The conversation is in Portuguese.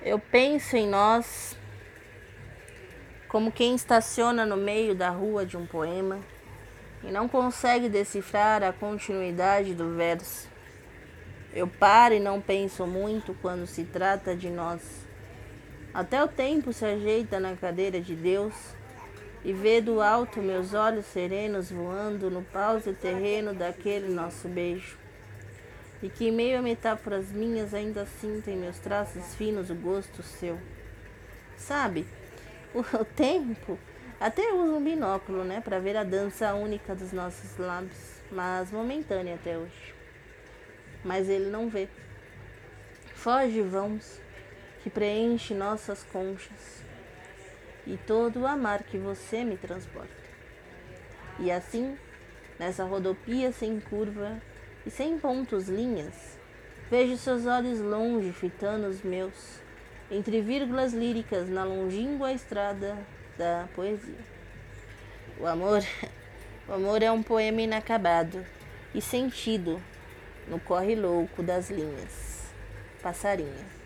Eu penso em nós como quem estaciona no meio da rua de um poema e não consegue decifrar a continuidade do verso. Eu paro e não penso muito quando se trata de nós. Até o tempo se ajeita na cadeira de Deus e vê do alto meus olhos serenos voando no pause terreno daquele nosso beijo. E que em meio a metáforas minhas ainda sinto em meus traços finos o gosto seu. Sabe, o tempo até usa um binóculo, né, para ver a dança única dos nossos lábios, mas momentânea até hoje. Mas ele não vê. Foge vãos que preenche nossas conchas e todo o amar que você me transporta. E assim, nessa rodopia sem curva e sem pontos linhas, vejo seus olhos longe fitando os meus, entre vírgulas líricas na longínqua estrada da poesia. O amor é um poema inacabado e sentido no corre louco das linhas. Passarinho.